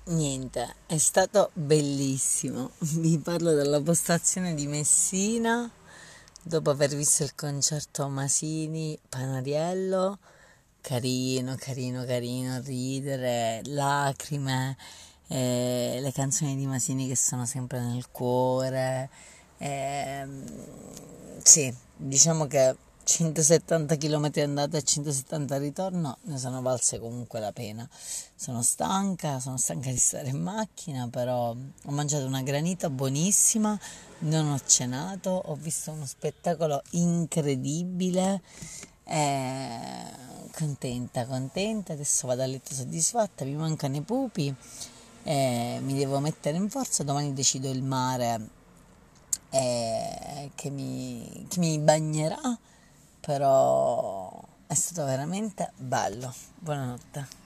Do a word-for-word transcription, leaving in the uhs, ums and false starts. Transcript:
Niente, è stato bellissimo. Vi parlo della postazione di Messina dopo aver visto il concerto Masini Panariello. Carino, carino, carino, ridere, lacrime, eh, le canzoni di Masini che sono sempre nel cuore. ehm, sì, diciamo che centosettanta chilometri andata e centosettanta ritorno ne sono valse comunque la pena. Sono stanca, sono stanca di stare in macchina, però ho mangiato una granita buonissima, non ho cenato, ho visto uno spettacolo incredibile e contenta, contenta, adesso vado a letto soddisfatta, mi mancano i pupi, e mi devo mettere in forza, domani decido il mare eh, che mi, che mi bagnerà, però è stato veramente bello. Buonanotte.